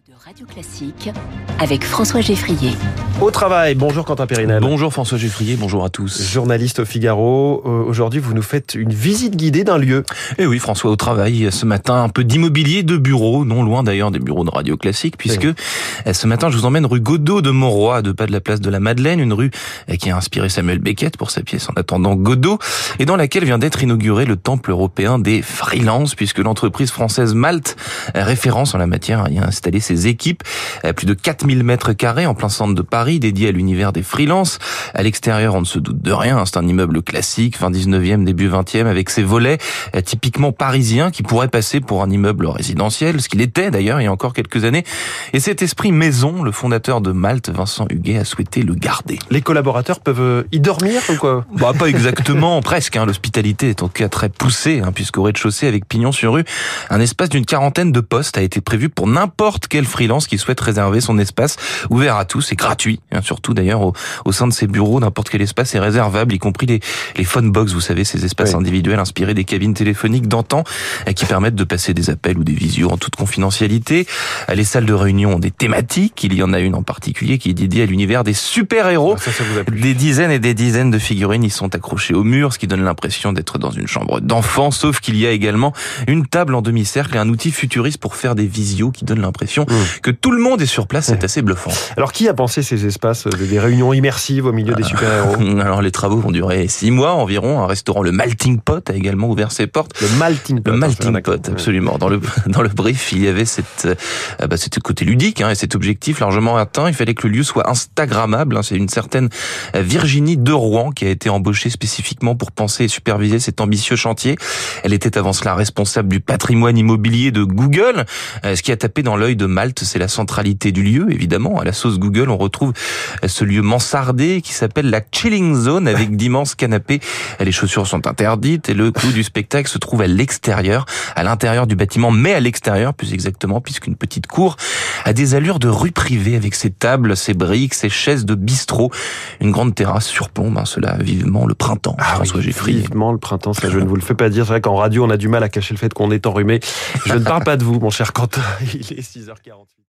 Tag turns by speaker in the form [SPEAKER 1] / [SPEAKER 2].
[SPEAKER 1] De Radio Classique avec François Geffrier.
[SPEAKER 2] Au travail, bonjour Quentin Périnel.
[SPEAKER 3] Bonjour François Geffrier, bonjour à tous.
[SPEAKER 2] Journaliste au Figaro, aujourd'hui vous nous faites une visite guidée d'un lieu.
[SPEAKER 3] Et oui François, au travail, ce matin un peu d'immobilier de bureaux, non loin d'ailleurs des bureaux de Radio Classique, puisque ce matin je vous emmène rue Godot de Montroy, à 2 pas de la place de la Madeleine, une rue qui a inspiré Samuel Beckett pour sa pièce En attendant Godot, et dans laquelle vient d'être inauguré le temple européen des freelances, puisque l'entreprise française Malte, référence en la matière, y a installé ses équipes, plus de 4000 mètres carrés en plein centre de Paris, dédié à l'univers des freelances. À l'extérieur, on ne se doute de rien, c'est un immeuble classique, fin 19e, début 20e, avec ses volets typiquement parisiens qui pourraient passer pour un immeuble résidentiel, ce qu'il était d'ailleurs il y a encore quelques années. Et cet esprit maison, le fondateur de Malte, Vincent Huguet, a souhaité le garder.
[SPEAKER 2] Les collaborateurs peuvent y dormir ou quoi ?
[SPEAKER 3] Pas exactement, presque. L'hospitalité est en tout cas très poussée, puisqu'au rez-de-chaussée, avec pignon sur rue, un espace d'une 40aine de postes a été prévu pour n'importe quel freelance qui souhaite réserver son espace, ouvert à tous et gratuit. Surtout d'ailleurs au sein de ces bureaux, n'importe quel espace est réservable, y compris les phone box, vous savez, ces espaces individuels inspirés des cabines téléphoniques d'antan qui permettent de passer des appels ou des visios en toute confidentialité. Les salles de réunion ont des thématiques. Il y en a une en particulier qui est dédiée à l'univers des super-héros.
[SPEAKER 2] Ça vous a plu.
[SPEAKER 3] Des dizaines et des dizaines de figurines y sont accrochées au mur, ce qui donne l'impression d'être dans une chambre d'enfant, sauf qu'il y a également une table en demi-cercle et un outil futuriste pour faire des visios qui donne l'impression que tout le monde est sur place. C'est assez bluffant.
[SPEAKER 2] Alors qui a pensé ces espaces, des réunions immersives au milieu des super-héros ?
[SPEAKER 3] Alors les travaux vont durer 6 mois environ. Un restaurant, le Malting Pot, a également ouvert ses portes.
[SPEAKER 2] Le Malting Pot.
[SPEAKER 3] Le Malting Pot, absolument. Dans le brief, il y avait c'était côté ludique et cet objectif largement atteint. Il fallait que le lieu soit instagrammable. C'est une certaine Virginie de Rouen qui a été embauchée spécifiquement pour penser et superviser cet ambitieux chantier. Elle était avant cela responsable du patrimoine immobilier de Google. Ce qui a tapé dans l'œil de Malte, c'est la centralité du lieu, évidemment. À la sauce Google, on retrouve ce lieu mansardé qui s'appelle la Chilling Zone avec d'immenses canapés. Les chaussures sont interdites et le clou du spectacle se trouve à l'extérieur, à l'intérieur du bâtiment, mais à l'extérieur plus exactement, puisqu'une petite cour a des allures de rue privée avec ses tables, ses briques, ses chaises de bistrot. Une grande terrasse surplombe cela vivement le printemps. François Geffrier.
[SPEAKER 2] Vivement le printemps, ça je ne vous le fais pas dire. C'est vrai qu'en radio, on a du mal à cacher le fait qu'on est enrhumé. Je ne parle pas de vous, mon cher Quentin. Il est 6h48.